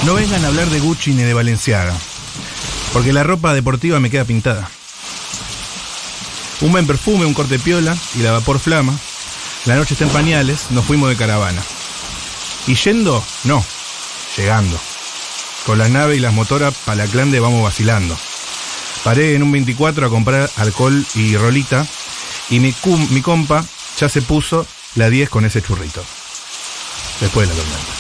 No vengan a hablar de Gucci ni de Balenciaga, porque la ropa deportiva me queda pintada. Un buen perfume, un corte piola y la vapor flama. La noche está en pañales, nos fuimos de caravana. Y yendo, no, llegando. Con las naves y las motoras pa' la Clande vamos vacilando. Paré en un 24 a comprar alcohol y rolita y mi compa ya se puso la 10 con ese churrito. Después de la tormenta.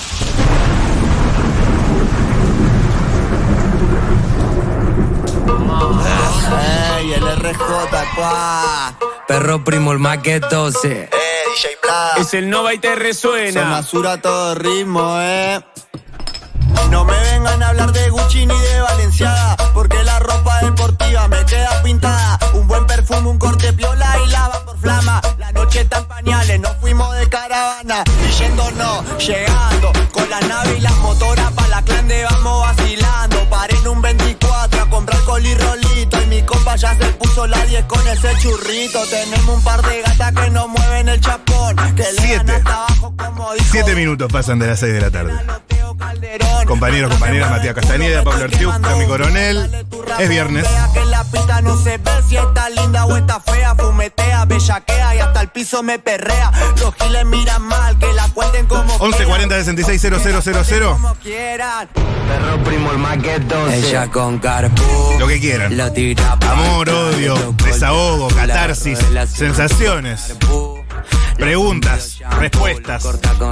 Ey, el RJ, pa. Perro primo, el maquetose. DJ Bla. Es el Nova y te Se resuena. masura todo ritmo, No me vengan a hablar de Gucci ni de Balenciaga, porque la ropa deportiva me queda pintada. Un buen perfume, un corte piola y la vapor flama. La noche está en pañales, nos fuimos de caravana. Y yendo no, llegando. Con la nave y las motoras pa' la Clande vamos vacilando. Paré en un 24 a comprar alcohol y rolito. Y mi compa ya se puso la 10 con ese churrito. Tenemos un par de gatas que nos mueven el chapón. Que le dan hasta abajo como dijo. 7 minutos pasan de las 6 de la tarde. Compañeros, compañeras, Matías Castañeda, Pablo Artiuk, Cami Coronel. Es viernes. Que la pista no se ve si está linda o está fea. Fumetea, bellaquea y hasta el piso me perrea. Los giles miran mal, que la cuenten como 1140 66 000. como quieran. Perro primo, el maquetose. Ella con carpú. Lo que quieran. Lo tira pa' Amor, odio, desahogo, catarsis, sensaciones, preguntas, respuestas.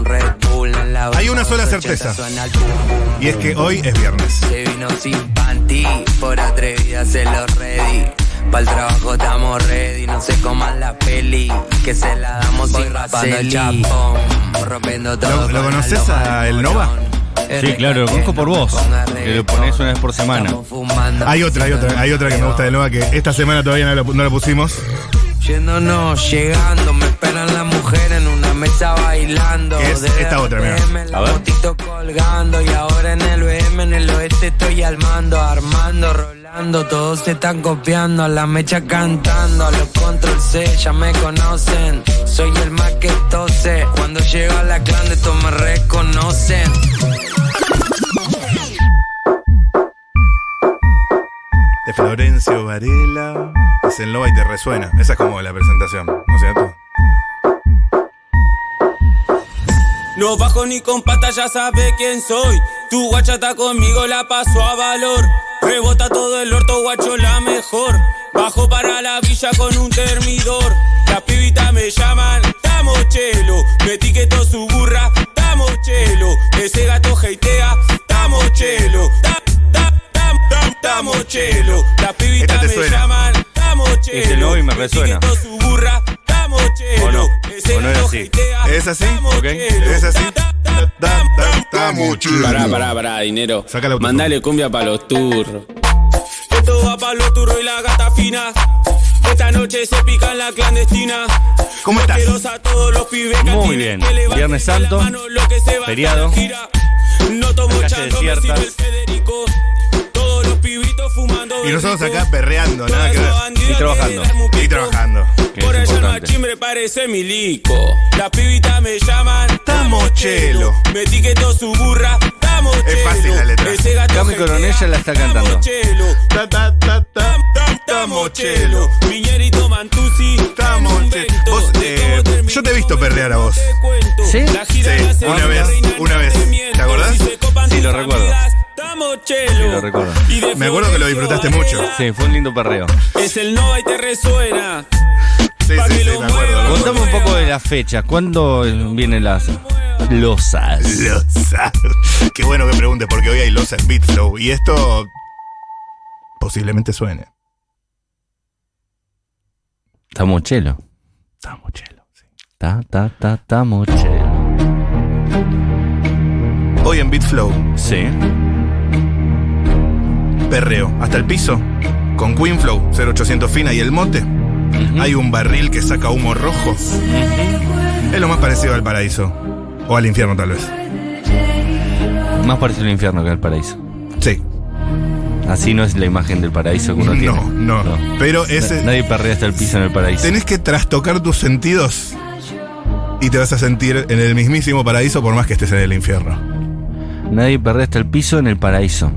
Hay una sola certeza, y es que hoy es viernes. Se vino sin panty, por atrevida se lo ready. Pa'l trabajo estamos ready, no se coman la peli, que se la damos sin rapando el chapón, rompiendo todo. ¿Lo conoces a El Nova? Sí, claro, lo conozco por vos, que lo ponés una vez por semana. Hay otra que me gusta de Nova, que esta semana todavía no la pusimos. Yéndonos, llegando, me esperan las mujeres en una mesa bailando. ¿Qué es esta otra, mira? A ver. Fotito colgando y ahora en el BM, en el oeste estoy armando, rolando. Todos se están copiando, a la mecha cantando, a los control C ya me conocen. Soy el maquetose, cuando llego a la Clande todos me reconocen. De Florencio Varela, es El Nova y te resuena. Esa es como la presentación, ¿no es cierto? No bajo ni con pata, ya sabe quién soy. Tu guacha está conmigo, la paso a valor. Rebota todo el orto, guacho, la mejor. Bajo para la villa con un termidor. Las pibitas me llaman, tamo chelo. Me etiquetó su burra, tamo chelo. Ese gato heitea, tamo chelo. Tamo chelo. Las pibitas me llaman, tamo chelo. Es El Nova y me resuena. Me etiquetó su burra, tamo chelo. ¿O no? Ese ¿O no es gato así? heitea, ¿Es así? Ok. ¿Es así? Pará, dinero. Saca la autotune. Mandale cumbia pa' los turros. Esto va pa' los turros y la gata fina. Esta noche se pica en la clandestina. ¿Cómo estás? Asquerosa a todos los pibes que Muy tienen bien. que levanten Viernes la Santo, mano, lo que se va feriado. a la gira. No tomo Calle chango, me desierta. sirve el Federico. Todos los pibitos fumando. Y nosotros Berico. acá perreando, nada que ver. Y trabajando. Y trabajando. Que Por es allá no importante. chimbre parece milico. Las pibitas me llaman Tamo chelo. Me etiquetó su burra, tamo chelo. Es fácil la letra. Ese gato Cami Coronel ya la está tamo cantando. chelo. Tamo chelo. Piñerito Mantusi. Tamo chelo. Vos, yo te he visto perrear a vos. ¿Sí? Sí, una vez. ¿Te acordás? Sí, lo recuerdo. Tamo chelo. Sí, lo recuerdo. Y de Me acuerdo que lo disfrutaste mucho. Sí, fue un lindo perreo. Es el Nova y te resuena. Sí, me acuerdo. Contame un poco de las fechas. ¿Cuándo vienen las losas? Losa. Qué bueno que preguntes, porque hoy hay losa en Beat Flow. Y esto posiblemente suene. Estamos chelo. Estamos chelo, sí. Estamos chelo. Hoy en Beat Flow, Sí. perreo hasta el piso, con Queen Flow, 0800 Fina y El Mote. Hay un barril que saca humo rojo. Es lo más parecido al paraíso. O al infierno, tal vez. Más parecido al infierno que al paraíso. Sí. Así no es la imagen del paraíso que uno tiene. No. Pero ese. Nadie perrea hasta el piso en el paraíso. Tenés que trastocar tus sentidos y te vas a sentir en el mismísimo paraíso por más que estés en el infierno. Nadie perrea hasta el piso en el paraíso.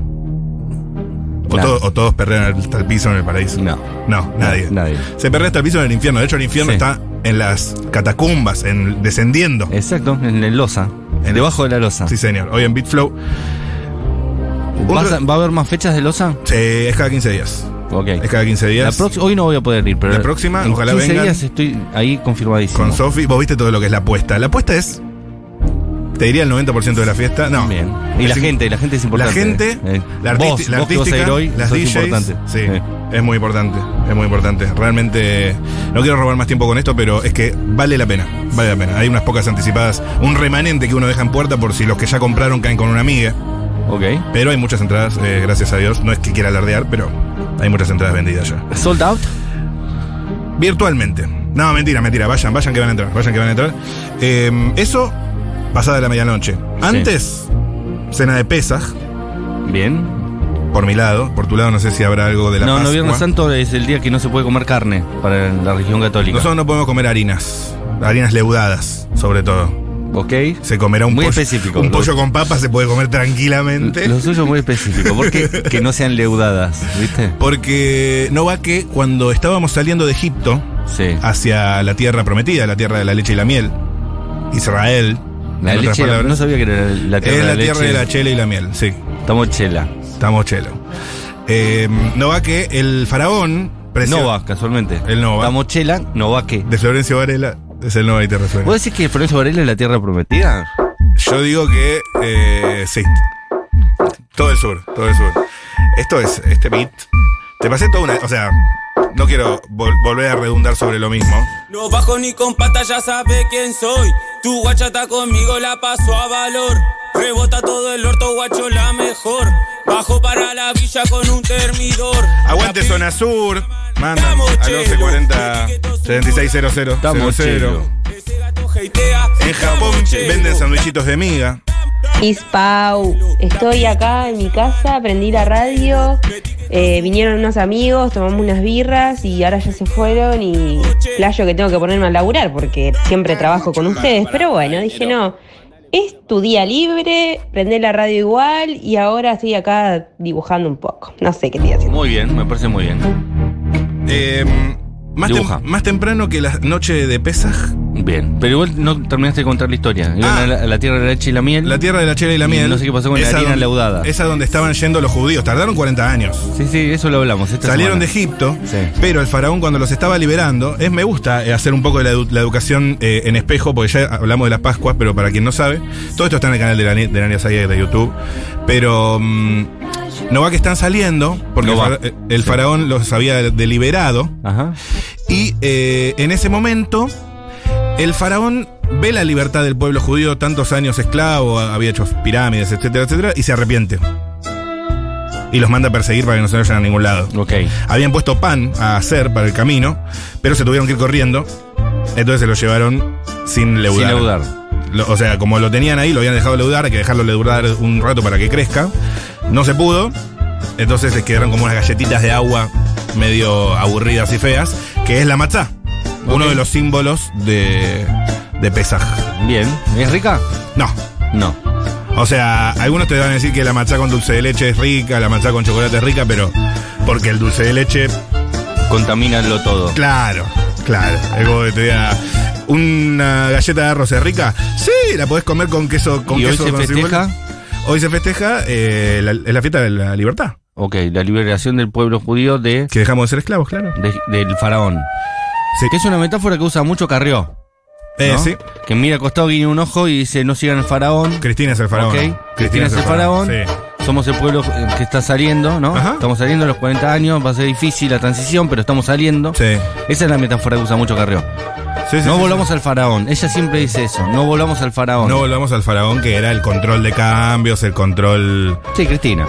O todos perrean hasta el piso en el paraíso. No, nadie. Se perrea hasta el piso en el infierno. De hecho, el infierno está en las catacumbas, descendiendo. Exacto, en la losa. Debajo de la losa. Sí, señor. Hoy en Bitflow. ¿Va a haber más fechas de losa? Sí, es cada 15 días. Ok. Es cada 15 días. Hoy no voy a poder ir, pero la próxima, ojalá vengan. En 15 días estoy ahí confirmadísimo. Con Sofi, vos viste todo lo que es la apuesta. La apuesta es, te diría el 90% de la fiesta. No. Bien. Y la gente es importante. La gente, la artística, vos que vas a ir hoy, las DJs. Importante. Sí, es muy importante. Es muy importante. Realmente, no quiero robar más tiempo con esto, pero es que vale la pena. Vale la pena. Hay unas pocas anticipadas, un remanente que uno deja en puerta por si los que ya compraron caen con una amiga. Ok. Pero hay muchas entradas, gracias a Dios. No es que quiera alardear, pero hay muchas entradas vendidas ya. ¿Sold out? Virtualmente. No, mentira. Vayan que van a entrar. Eso, pasada la medianoche. Antes, cena de Pesaj. Bien. Por mi lado. Por tu lado no sé si habrá algo de la Pascua. No, Viernes Santo es el día que no se puede comer carne para la religión católica. Nosotros no podemos comer harinas leudadas, sobre todo. Ok. Se comerá un muy pollo. Específico. Un pollo con papas se puede comer tranquilamente. Lo suyo es muy específico. ¿Por qué que no sean leudadas? ¿Viste? Porque no va que cuando estábamos saliendo de Egipto hacia la tierra prometida, la tierra de la leche y la miel, Israel. La leche, no sabía que era la tierra de la leche. Es la tierra de la chela y la miel, sí. Estamos chela. No va que el faraón. Nova, casualmente. El Nova. Estamos chela, Nova que. De Florencio Varela. Es el Nova y te resuena. ¿Vos decís que Florencio Varela es la tierra prometida? Yo digo que sí. Todo el sur. Esto es, este beat. Te pasé toda una. O sea, no quiero volver a redundar sobre lo mismo. No bajo ni con pata, ya sabe quién soy. Tu guacha está conmigo, la paso a valor. Rebota todo el orto, guacho, la mejor. Bajo para la villa con un termidor. Aguante Zona Sur. Manda al 1140 7600. Estamos chelo. En Japón venden sandwichitos de miga. Ispau, estoy acá en mi casa, prendí la radio, vinieron unos amigos, tomamos unas birras y ahora ya se fueron y playo que tengo que ponerme a laburar porque siempre trabajo con ustedes, pero bueno, dije no, es tu día libre, prendé la radio igual y ahora estoy acá dibujando un poco, no sé qué estoy haciendo. Muy bien, me parece muy bien. Más temprano que la noche de Pesaj. Bien, pero igual no terminaste de contar la historia. Iban a la tierra de la leche y la miel. La tierra de la chela y la miel. No sé qué pasó con la harina leudada. Esa donde estaban yendo los judíos. Tardaron 40 años. Sí, eso lo hablamos. Salieron de Egipto, pero el faraón cuando los estaba liberando, me gusta hacer un poco de la educación en espejo, porque ya hablamos de las Pascuas, pero para quien no sabe, todo esto está en el canal de Nania Sayek de YouTube. Pero no va que están saliendo, porque el faraón los había deliberado. Ajá. Y en ese momento el faraón ve la libertad del pueblo judío, tantos años esclavo, había hecho pirámides, etcétera, etcétera, y se arrepiente. Y los manda a perseguir para que no se vayan a ningún lado. Okay. Habían puesto pan a hacer para el camino, pero se tuvieron que ir corriendo. Entonces se lo llevaron sin leudar. O sea, como lo tenían ahí, lo habían dejado leudar, hay que dejarlo leudar un rato para que crezca. No se pudo. Entonces les quedaron como unas galletitas de agua medio aburridas y feas, que es la matzá. Uno de los símbolos de Pesaj. Bien. ¿Es rica? No. O sea, algunos te van a decir que la matzá con dulce de leche es rica, la matzá con chocolate es rica, pero porque el dulce de leche contamina todo. Claro. Es como que te diga, ¿una galleta de arroz es rica? Sí, la podés comer con queso. ¿Y queso hoy se festeja? Hoy se festeja es la fiesta de la libertad. Ok, la liberación del pueblo judío de... Que dejamos de ser esclavos, claro. Del faraón. Sí. Que es una metáfora que usa mucho Carrió. ¿no? Sí. Que mira al costado, guiña un ojo y dice, no sigan al faraón. Cristina es el faraón. Ok, Cristina es el faraón. Sí. Somos el pueblo que está saliendo, ¿no? Ajá. Estamos saliendo a los 40 años, va a ser difícil la transición, pero estamos saliendo. Sí. Esa es la metáfora que usa mucho Carrió. No volvamos al faraón. Ella siempre dice eso. No volvamos al faraón. No volvamos al faraón, que era el control de cambios, el control... Sí, Cristina.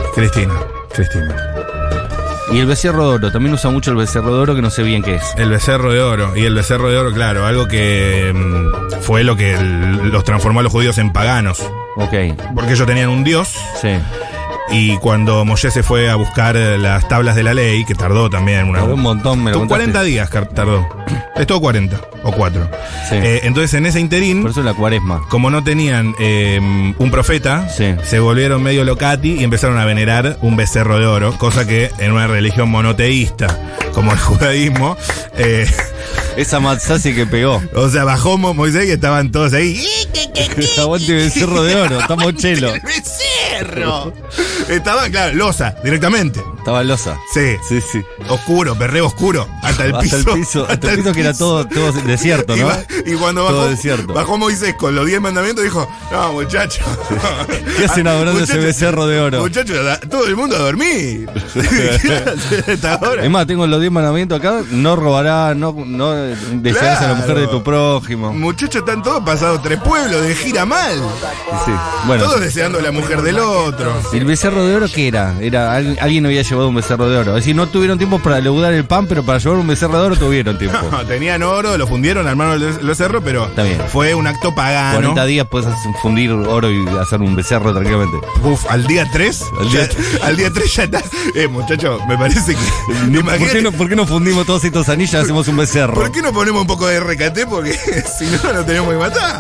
Y el becerro de oro. También usa mucho el becerro de oro, que no sé bien qué es. El becerro de oro. Y el becerro de oro, claro, algo que fue lo que los transformó a los judíos en paganos. Ok. Porque ellos tenían un dios. Sí. Y cuando Moshe se fue a buscar las tablas de la ley, que tardó también un montón, me lo contaste. 40 días tardó. Es todo 40. o 4. Sí. Entonces en ese interín, Por eso la cuaresma. como no tenían un profeta, Sí. se volvieron medio locati y empezaron a venerar un becerro de oro, cosa que en una religión monoteísta como el judaísmo, Esa matzasi que pegó. o sea, bajó Moisés y estaban todos ahí. Aguante becerro de oro, estamos chelo. ¡El becerro! Estaban, claro, losa, directamente. Estaba losa. Sí. Sí, sí. Oscuro, perreo oscuro. Hasta el piso. Hasta el piso que era todo desierto, ¿no? Y cuando Todo bajó, desierto. bajó Moisés con los 10 mandamientos, dijo: no, muchachos. ¿Qué hacen adorando ese Muchachos, becerro de oro? Muchachos, todo el mundo a dormir. ¿Qué hacen a esta hora? Es más, tengo los 10 mandamientos acá. No robarás, no desearás a la mujer de tu prójimo. Muchachos, están todos pasados 3 pueblos de gira mal. Sí. Bueno, Todos deseando a la mujer del otro. ¿el becerro de oro qué era? Alguien había llevado un becerro de oro. Es decir, no tuvieron tiempo para leudar el pan, pero para llevar un becerro de oro tuvieron tiempo. No, tenían oro, lo fundieron, armaron el becerro, pero Está bien. fue un acto pagano. 40 días puedes fundir oro y hacer un becerro tranquilamente. Uf, al día 3, al día 3 ya está. Muchacho, me parece que. ¿Por qué no fundimos todos estos anillos y hacemos un becerro? ¿Por qué no ponemos un poco de RKT? Porque si no, nos tenemos que matar.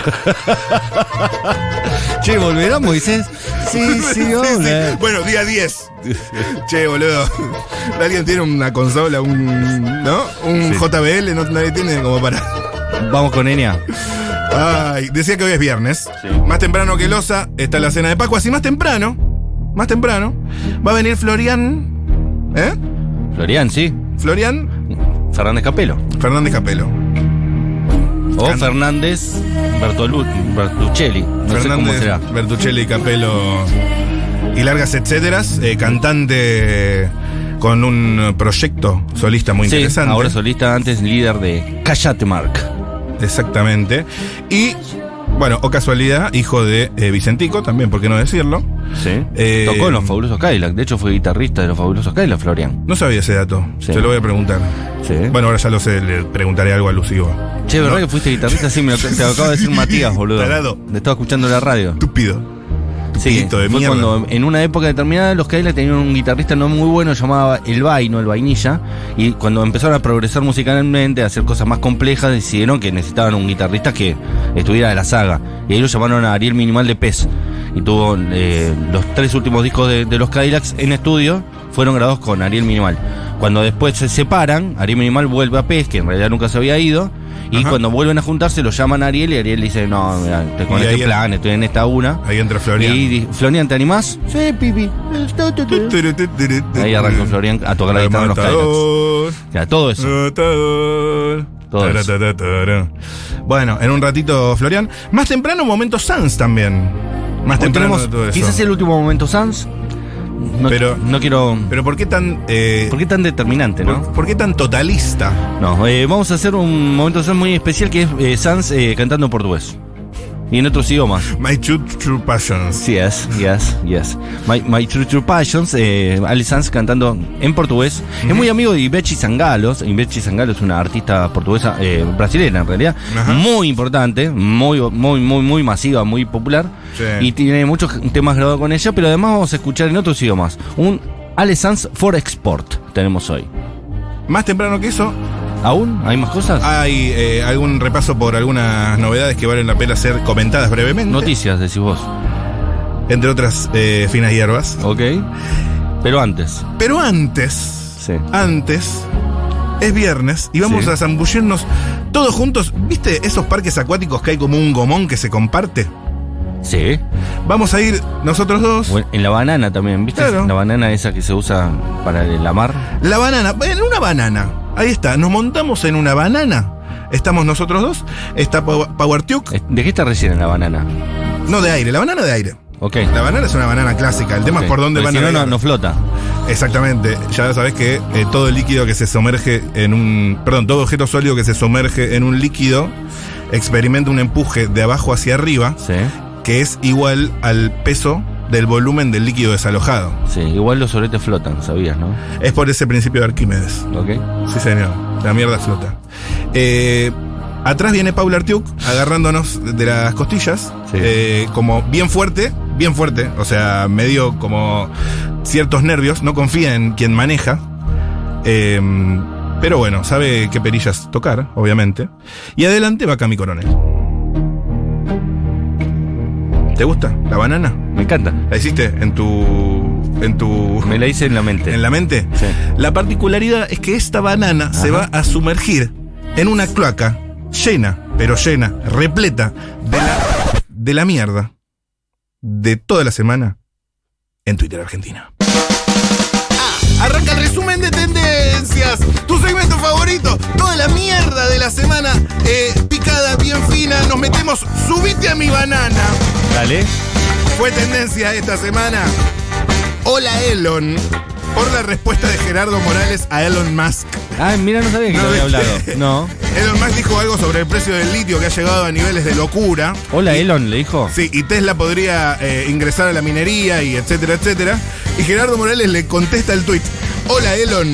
Che, ¿volverá Moisés? Sí, hola. Bueno, día 10. Che, boludo. ¿Alguien tiene una consola, ¿no? Un Sí. JBL? No, nadie tiene como para. Vamos con Enia. Ay, decía que hoy es viernes. Sí. Más temprano que Loza está la cena de Pascua. Así más temprano, va a venir Florian. ¿Eh? Florian, sí. Florian Fernández Capelo. Fernández Capelo. O Canta. Fernández Bertuccelli. No sé cómo Fernández, será. Bertuccelli, Capelo y largas etcéteras. Cantante con un proyecto solista muy Sí, interesante. ahora solista, antes líder de Callate Mark. Exactamente. Y, bueno, o casualidad, hijo de Vicentico, también, ¿por qué no decirlo? Sí. Tocó en los Fabulosos Cadillac. De hecho, fue guitarrista de los Fabulosos Cadillac, Florian. No sabía ese dato. Sí. Se lo voy a preguntar. Sí. Bueno, ahora ya lo sé, le preguntaré algo alusivo. Che, ¿verdad que fuiste guitarrista? Sí, te lo acaba de decir Matías, boludo. Tarado. Le estaba escuchando la radio. Estúpido. Sí, Pito de fue mierda. cuando en una época determinada los Cadillac tenían un guitarrista no muy bueno llamado el Vainilla, y cuando empezaron a progresar musicalmente, a hacer cosas más complejas, decidieron que necesitaban un guitarrista que estuviera de la saga, y ahí lo llamaron a Ariel Minimal de Pez, y tuvo los 3 últimos discos de los Cadillacs en estudio fueron grabados con Ariel Minimal. Cuando después se separan, Ariel Minimal vuelve a Pez, que en realidad nunca se había ido. Y Ajá. cuando vuelven a juntarse lo llaman a Ariel y Ariel dice: no, mira, estoy con Y este ahí plan, estoy en esta una. Ahí entra Florian. Y Florian, ¿te animás? Sí, pipi. Ahí arrancó Florian a tocar la guitarra en los Cadillacs. Matador. Ya, todo eso. Matador. Todo eso. Taratara. Bueno, en un ratito Florian. Más temprano, momento Sans también. Más Hoy temprano tenemos de todo eso. quizás el último momento Sans. No, Pero- no quiero. Pero ¿por qué tan... ¿Por qué tan determinante, no? ¿Por qué tan totalista? No, vamos a hacer un momento Sans muy especial que es Sans cantando en portugués. Y en otros idiomas. My True Passions. Yes. My True Passions, Ali Sanz cantando en portugués. Es muy amigo de Ivete Sangalos. Ivete Sangalos es una artista portuguesa, brasileña en realidad. Ajá. Muy importante, muy masiva, muy popular. Sí. Y tiene muchos temas grabados con ella, pero además vamos a escuchar en otros idiomas. Un Ale Sanz for Export tenemos hoy. Más temprano que eso, ¿Aún? ¿Hay más cosas? hay algún repaso por algunas novedades que valen la pena ser comentadas brevemente. Noticias, decís vos. Entre otras finas hierbas. Ok. Pero antes. Pero antes, Sí. es viernes y vamos Sí. a zambullirnos todos juntos. ¿Viste esos parques acuáticos que hay como un gomón que se comparte? Sí. Vamos a ir nosotros dos. O en la banana también, ¿viste? Claro. La banana esa que se usa para la mar. La banana, en una banana. Ahí está, nos montamos en una banana. Estamos nosotros dos. Está Power Tuke. ¿De qué está rellena la banana? No de aire, la banana de aire. Ok. La banana es una banana clásica. El tema Ok. es por dónde Porque van a si no, navegar. no flota. Exactamente. Ya sabés que todo el líquido que se sumerge en un... Perdón, todo objeto sólido que se sumerge en un líquido experimenta un empuje de abajo hacia arriba Sí. que es igual al peso del volumen del líquido desalojado. Sí. Igual los soretes flotan, ¿sabías, no? Es por ese principio de Arquímedes. Ok. Sí, señor. La mierda flota. Atrás viene Paula Artiuk agarrándonos de las costillas. Sí. Como bien fuerte. O sea, medio como ciertos nervios. No confía en quien maneja. Pero bueno, sabe qué perillas tocar, obviamente. Y adelante va Cami Coronel. ¿Te gusta la banana? Me encanta. ¿La hiciste en tu... Me la hice en la mente. ¿En la mente? Sí. La particularidad es que esta banana se va a sumergir en una cloaca llena, pero llena, repleta de la mierda de toda la semana en Twitter Argentina. Arranca el resumen de tendencias, tu segmento favorito, toda la mierda de la semana picada, bien fina, nos metemos, subite a mi banana. Dale. Fue tendencia esta semana, hola Elon, por la respuesta de Gerardo Morales a Elon Musk. Ah, mira, no sabía que No, lo había ¿viste? hablado. No. Elon Musk dijo algo sobre el precio del litio que ha llegado a niveles de locura. Hola, Elon, le dijo. Sí, y Tesla podría ingresar a la minería y etcétera, etcétera. Y Gerardo Morales le contesta el tuit. Hola, Elon.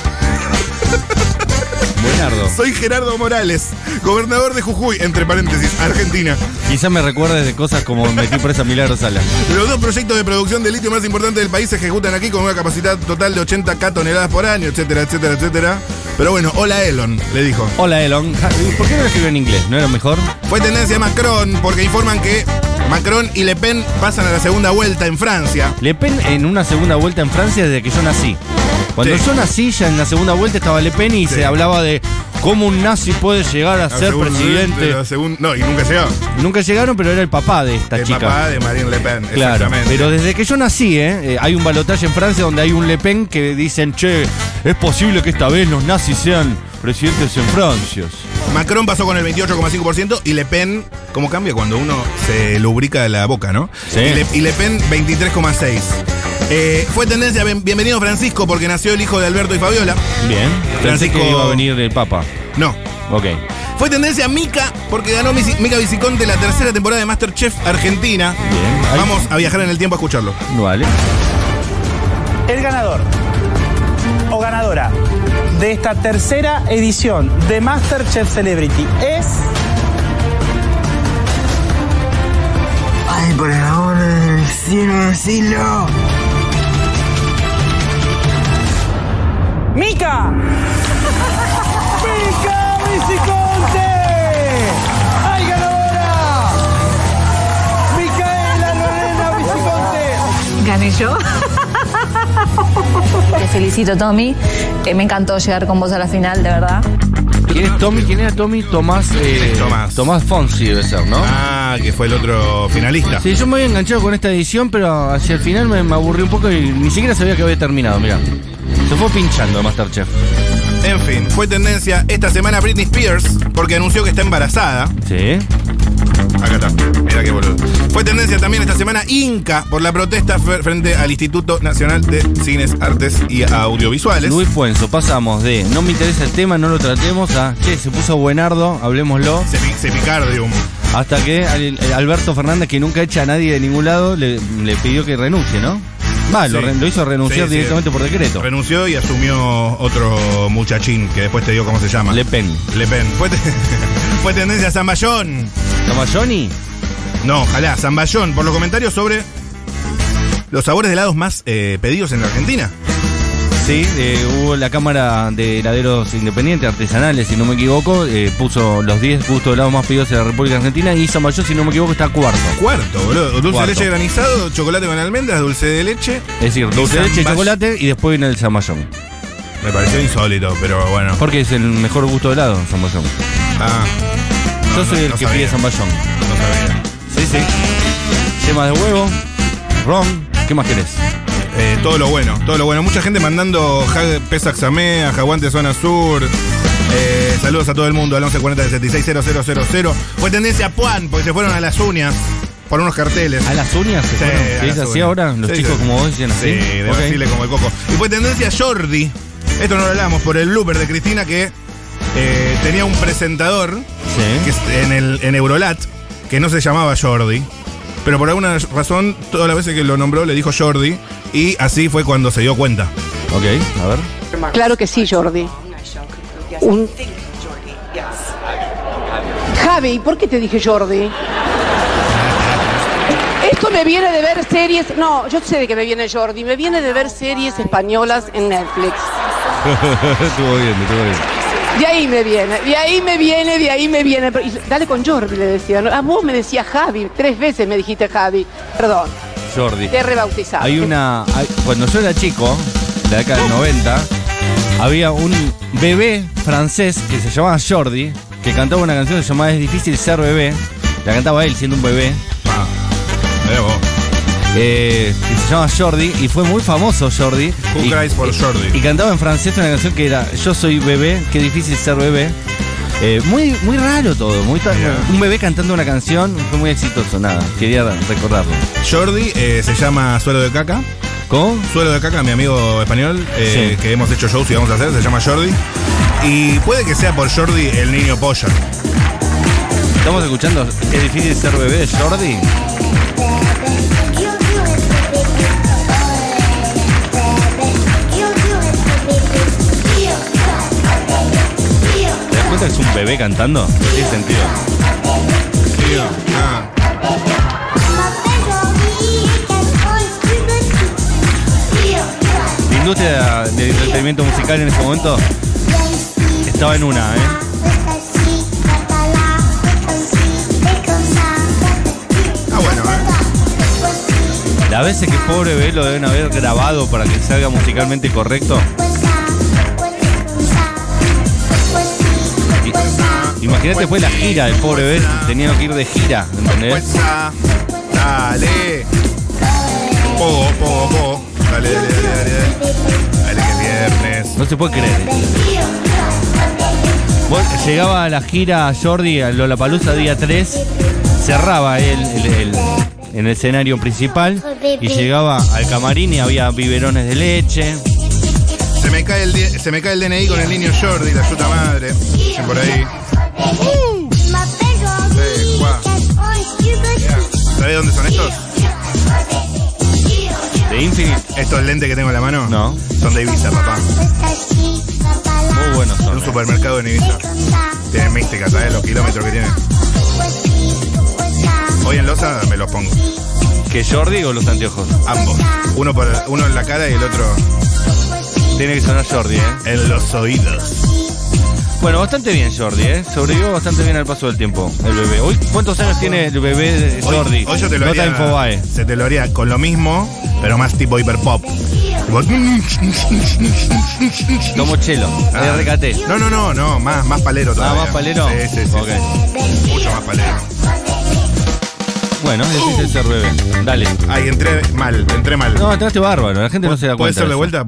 Buenardo. Soy Gerardo Morales, gobernador de Jujuy, entre paréntesis, Argentina. Quizás me recuerdes de cosas como metí presa a Milagro Sala. Los 2 proyectos de producción de litio más importantes del país se ejecutan aquí con una capacidad total de 80K toneladas por año, etcétera, etcétera, etcétera. Pero bueno, hola Elon, le dijo. Hola, Elon. ¿Por qué no lo escribió en inglés? ¿No era mejor? Fue tendencia Macron porque informan que Macron y Le Pen pasan a la segunda vuelta en Francia. Le Pen en una segunda vuelta en Francia desde que yo nací. Cuando Sí. yo nací, ya en la segunda vuelta estaba Le Pen y Sí. se hablaba de cómo un nazi puede llegar a ser presidente. No, y nunca llegó. Nunca llegaron, pero era el papá de esta El chica. papá de Marine Le Pen, Claro, exactamente. pero desde que yo nací, hay un balotaje en Francia donde hay un Le Pen que dicen, che, es posible que esta vez los nazis sean presidentes en Francia. Macron pasó con el 28,5% y Le Pen, ¿cómo cambia cuando uno se lubrica la boca, no? Sí. Y Le Pen 23,6%. Fue tendencia, bienvenido Francisco, porque nació el hijo de Alberto y Fabiola. Bien. Pensé Francisco- que iba a venir el Papa. No. Ok. Fue tendencia Mica, porque ganó Mica Viciconte la tercera temporada de MasterChef Argentina. Bien. Ahí- Vamos a viajar en el tiempo a escucharlo. Vale. El ganador o ganadora de esta tercera edición de MasterChef Celebrity es... Ay, por el amor del cielo, decilo. ¡Mica! ¡Mica Viciconte! ¡Ay, ganadora! ¡Micaela Lorena Viciconte! ¿Gané yo? Te felicito, Tommy. Me encantó llegar con vos a la final, de verdad. ¿Quién es Tommy? ¿Quién era Tommy? Tomás. Tomás Fonsi debe ser, ¿no? Ah, que fue el otro finalista. Sí, yo me había enganchado con esta edición, pero hacia el final me aburrí un poco y ni siquiera sabía que había terminado, mirá. Se fue pinchando MasterChef. En fin, fue tendencia esta semana Britney Spears, porque anunció que está embarazada. Sí. Acá está, mira qué boludo. Fue tendencia también esta semana Inca por la protesta frente al Instituto Nacional de Cines, Artes y Audiovisuales. Luis Puenzo, pasamos de no me interesa el tema, no lo tratemos, a che, se puso buenardo, hablemoslo. Sepicardium. Hasta que Alberto Fernández, que nunca echa a nadie de ningún lado, le pidió que renuncie, ¿no? Va, Sí. lo hizo renunciar Sí, sí. directamente por decreto. Renunció y asumió otro muchachín que después te digo cómo se llama. Le Pen. Le Pen. Fue tendencia Zamballón. ¿Toma Johnny? No, ojalá, Zamballón, por los comentarios sobre los sabores de helados más pedidos en la Argentina. Sí, hubo la Cámara de Heladeros Independientes, Artesanales, si no me equivoco, puso los 10 gustos de helados más pedidos en la República Argentina y Zamballón, si no me equivoco, está cuarto. Cuarto, boludo. Dulce Cuarto. de leche granizado, chocolate con almendras, dulce de leche. Es decir, dulce de leche, Zamball- chocolate y después viene el Zamballón. Me pareció insólito, pero bueno. Porque es el mejor gusto de helado, Zamballón. Ah. Yo soy el no que sabía. pide Zamballón. No sabía. Sí, sí. Yemas de huevo, ron, ¿qué más querés? Todo lo bueno, todo lo bueno. Mucha gente mandando Pesac Samea, Jaguante Zona Sur. Saludos a todo el mundo al 1140-760000. Fue tendencia Puan, porque se fueron a las uñas por unos carteles. ¿A las uñas? Sí, fueron? a ¿Sí las es así uñas. ahora? ¿Los Sí, chicos sí. como vos dicen así? Sí, de Ok. Basile como el coco. Y fue tendencia Jordi. Esto no lo hablamos por el blooper de Cristina que tenía un presentador Sí. que en Eurolat que no se llamaba Jordi. Pero por alguna razón, todas las veces que lo nombró le dijo Jordi. Y así fue cuando se dio cuenta. Ok, a ver. Claro que sí, Jordi. Javi, ¿por qué te dije Jordi? Esto me viene de ver series. No, yo sé de que me viene Jordi. Me viene de ver series españolas en Netflix. Estuvo bien. De ahí me viene. Y dale con Jordi, le decía. A vos me decía Javi, 3 veces me dijiste Javi. Perdón, Jordi. te he rebautizado. Cuando yo era chico, de la década del 90, había un bebé francés que se llamaba Jordi, que cantaba una canción que se llamaba Es difícil ser bebé. La cantaba él siendo un bebé. Mirá vos. Que se llama Jordi y fue muy famoso Jordi. Who cries for Jordi? Y cantaba en francés una canción que era Yo soy bebé, qué difícil ser bebé. Muy raro todo, un bebé cantando una canción, fue muy exitoso, nada, quería recordarlo. Jordi se llama Suelo de Caca. ¿Cómo? Suelo de Caca, mi amigo español, Sí. que hemos hecho shows y vamos a hacer, se llama Jordi. Y puede que sea por Jordi el niño polla. Estamos escuchando Es difícil ser bebé de Jordi. ¿Te das cuenta que es un bebé cantando? ¿Tiene sentido? Tío, La industria del entretenimiento musical en ese momento estaba en una, bueno, Las veces que pobre bebé lo deben haber grabado para que salga musicalmente correcto. Imagínate después la gira del pobre bebé, tenía que ir de gira, ¿entendés? Fuerza, dale. Pogo. Dale. Dale que viernes. No se puede creer. Bueno, llegaba a la gira Jordi a Lollapalooza día 3, cerraba él en el escenario principal y llegaba al camarín y había biberones de leche. Se me cae el DNI con el niño Jordi, la yuta madre. Dicen por ahí. Sí, guau. ¿Sabés dónde son estos? ¿De Infinite? Estos lentes que tengo en la mano. No. Son de Ibiza, papá. Muy buenos En son. un supermercado en Ibiza. Tienen mística, ¿sabes los kilómetros que tienen? Hoy en Loza me los pongo. ¿Que Jordi o los anteojos? Ambos. Uno en la cara y el otro Tiene que sonar Jordi, en los oídos. Bueno, bastante bien Jordi, sobrevivió bastante bien al paso del tiempo el bebé. Hoy, ¿cuántos años tiene el bebé de Jordi? Hoy yo te lo Nota haría. Infobae. Se te lo haría con lo mismo, pero más tipo hiperpop. Como Chelo, RKT. No, más palero todavía. ¿Más palero? Sí. Ok. Mucho más palero. Bueno, es difícil ser bebé. Dale. Ay, entré mal. No, entraste bárbaro, la gente no se da ¿Puede cuenta. ser de vuelta?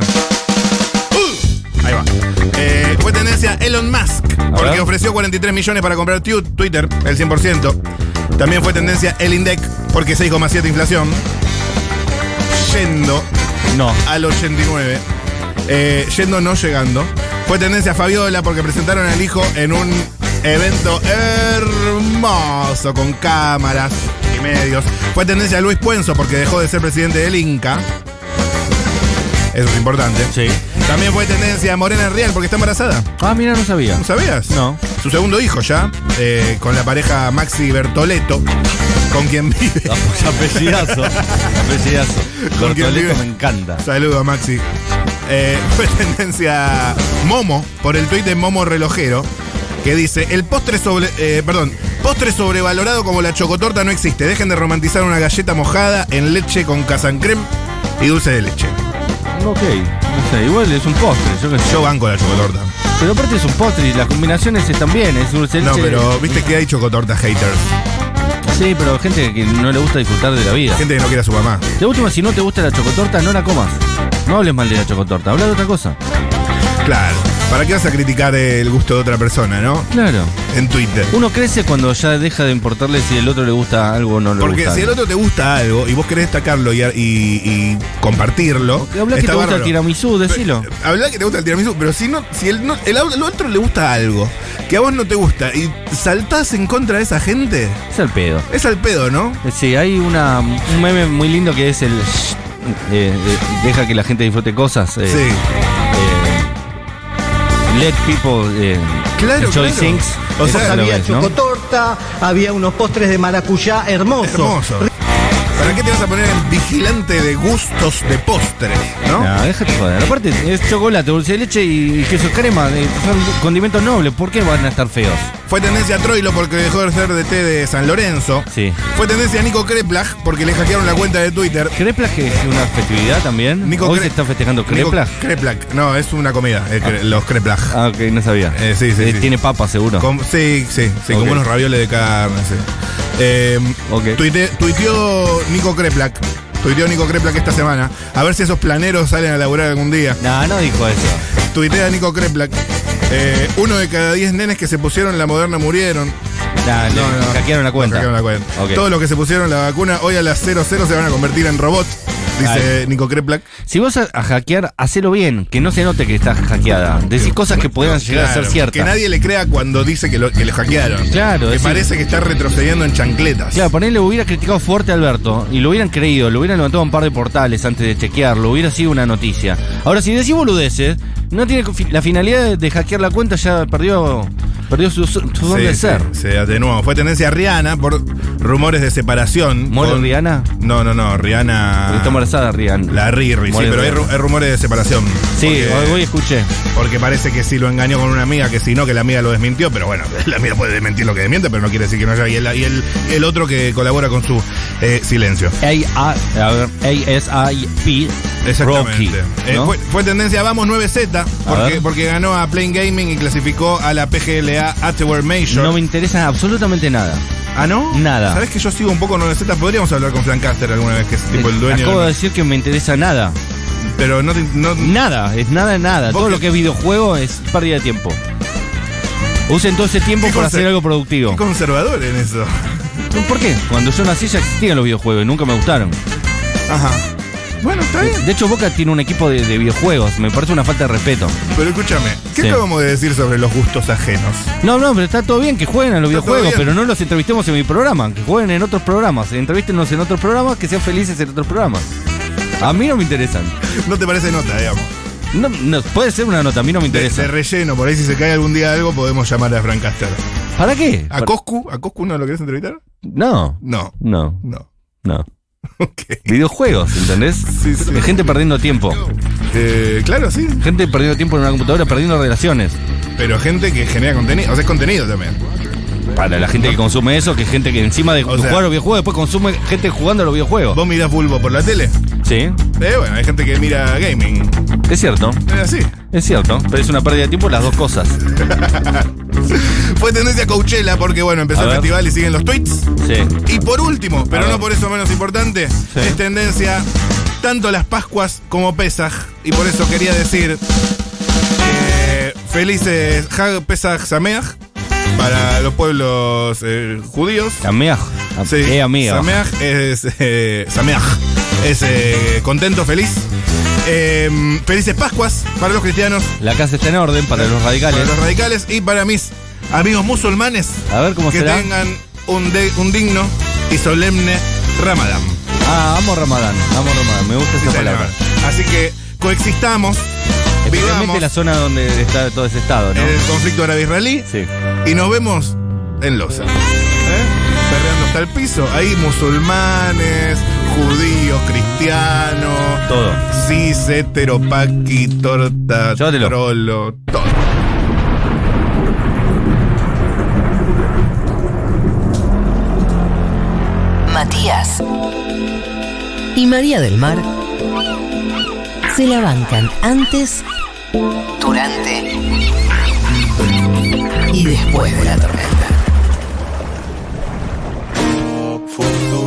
Ahí va. Fue tendencia Elon Musk, porque ver. ofreció 43 millones para comprar Twitter, el 100%. También fue tendencia el INDEC, porque 6,7 inflación. Yendo No. al 89. Yendo, no llegando. Fue tendencia Fabiola, porque presentaron al hijo en un evento hermoso, con cámaras y medios. Fue tendencia Luis Puenzo, porque dejó de ser presidente del Inca. Eso es importante. Sí. También fue tendencia Morena Real, porque está embarazada. Ah, mira, no sabía. ¿No sabías? No. Su segundo hijo ya, con la pareja Maxi Bertoletto, con quien vive. Apellidazo. ¿Con quién vive? Me encanta. Saludos, Maxi. Fue tendencia Momo, por el tuit de Momo Relojero, que dice: el postre sobrevalorado como la chocotorta no existe. Dejen de romantizar una galleta mojada en leche con casancrem y dulce de leche. Ok, no sé, igual es un postre. Yo banco la chocotorta. Pero aparte es un postre y las combinaciones están bien, es dulce de No, leche. pero viste que hay chocotorta haters. Sí, pero gente que no le gusta disfrutar de la vida. Gente que no quiere a su mamá. De última, si no te gusta la chocotorta, no la comas. No hables mal de la chocotorta, habla de otra cosa. Claro. ¿Para qué vas a criticar el gusto de otra persona, no? Claro. En Twitter. Uno crece cuando ya deja de importarle si el otro le gusta algo o no le Porque gusta. si al otro te gusta algo y vos querés destacarlo y compartirlo. Habla que te gusta el tiramisú, decilo. Habla que te gusta el tiramisú, pero si el otro le gusta algo que a vos no te gusta y saltás en contra de esa gente, Es el pedo. es al pedo, ¿no? Sí, hay un meme muy lindo que es el deja que la gente disfrute cosas. Sí. Let people Claro, enjoy claro. things. O sea, Eso lo Había ves, ¿no? chocotorta, había unos postres de maracuyá hermosos. Hermoso. ¿Para qué te vas a poner en vigilante de gustos de postres, no? No, déjate joder. Aparte, es chocolate, dulce de leche y queso crema. Son condimentos nobles. ¿Por qué van a estar feos? Fue tendencia a Troilo porque dejó de ser DT de San Lorenzo. Sí. Fue tendencia a Nico Kreplach porque le hackearon la cuenta de Twitter. ¿Kreplach es una festividad también? ¿Hoy se está festejando Kreplach? Kreplach. No, es una comida, los Kreplach. Ah, ok, no sabía. Sí. Tiene papas, seguro. Sí, Okay. como unos ravioles de carne, sí. Ok. Tuiteó Nico Kreplach esta semana. A ver si esos planeros salen a laburar algún día. No dijo eso. Tuitea Nico Kreplach. 1 de cada 10 nenes que se pusieron la Moderna murieron. No, hackearon la cuenta. Okay. Todos los que se pusieron la vacuna hoy a las 00 se van a convertir en robots, dice Nico Kreplach. Si vas a hackear, hacelo bien, que no se note que estás hackeada. Decís cosas que puedan llegar a ser ciertas. Que nadie le crea cuando dice que le hackearon. Claro. Que parece que está retrocediendo en chancletas. Claro, ponele, hubiera criticado fuerte a Alberto y lo hubieran creído, lo hubieran levantado un par de portales antes de chequearlo, hubiera sido una noticia. Ahora, si decís boludeces, no tiene la finalidad de hackear la cuenta, ya perdió su don de ser. Se atenuó. Fue tendencia a Rihanna por rumores de separación. ¿Muere Rihanna? No, Rihanna. Porque está embarazada Rihanna. La Riri, sí, pero hay rumores de separación. Sí, hoy escuché. Porque parece que sí lo engañó con una amiga, que sí no, que la amiga lo desmintió, pero bueno, la amiga puede desmentir lo que desmiente, pero no quiere decir que no haya. Y el otro que colabora con su silencio. ASIP. Exactamente. Rocky, ¿no? Fue tendencia a Vamos 9Z porque ganó a Plain Gaming y clasificó a la PGLA Afterward Major. No me interesa absolutamente nada. ¿Ah, no? Nada. ¿Sabés que yo sigo un poco 9Z? Podríamos hablar con Frank Caster alguna vez, que es tipo el dueño. Acabo de decir que me interesa nada. Pero no. Nada, es nada. Todo lo que es videojuego es pérdida de tiempo. Usen todo ese tiempo para hacer algo productivo. Qué conservador en eso. ¿Por qué? Cuando yo nací ya existían los videojuegos y nunca me gustaron. Ajá. Bueno, está bien. De hecho, Boca tiene un equipo de videojuegos. Me parece una falta de respeto. Pero escúchame, ¿qué acabamos de decir sobre los gustos ajenos? No, pero está todo bien que jueguen a los videojuegos, pero no los entrevistemos en mi programa. Que jueguen en otros programas. Entrevístenos en otros programas, que sean felices en otros programas. A mí no me interesan. ¿No te parece nota, digamos? No, puede ser una nota, a mí no me interesa. De relleno, por ahí si se cae algún día algo, podemos llamar a Frank Caster. ¿Para qué? ¿A Coscu no lo querés entrevistar? No. Okay. Videojuegos, ¿entendés? Sí. Gente perdiendo tiempo. Claro, sí. Gente perdiendo tiempo en una computadora, perdiendo relaciones. Pero gente que genera contenido, o sea, es contenido también. Para la gente que consume eso, que gente que encima de jugar a los videojuegos, después consume gente jugando a los videojuegos. ¿Vos mirás Bulbo por la tele? Sí. Bueno, hay gente que mira gaming. Es cierto. Es así. Es cierto, pero es una pérdida de tiempo las dos cosas. Fue tendencia a Coachella porque, bueno, empezó el festival y siguen los tweets. Sí. Y por último, pero no por eso menos importante, es tendencia tanto las Pascuas como Pesaj. Y por eso quería decir felices Hag Pesaj Sameach para los pueblos judíos. Sameach. Sí, amigo. Sameach es Sameach. Es contento, feliz. Felices Pascuas para los cristianos. La casa está en orden para los radicales. Para los radicales y para mis amigos musulmanes. A ver cómo que será. Tengan un digno y solemne Ramadán. Amo Ramadán. Me gusta esa palabra. Así que coexistamos. Vivamos la zona donde está todo ese estado, ¿no? En el conflicto árabe-israelí. Sí. Y nos vemos en Loza. Perreando hasta el piso. Ahí musulmanes, judíos, cristianos. Todo. Cis, hetero, paqui, torta, trolo, todo. Matías y María del Mar se la bancan antes, durante y después de la tormenta.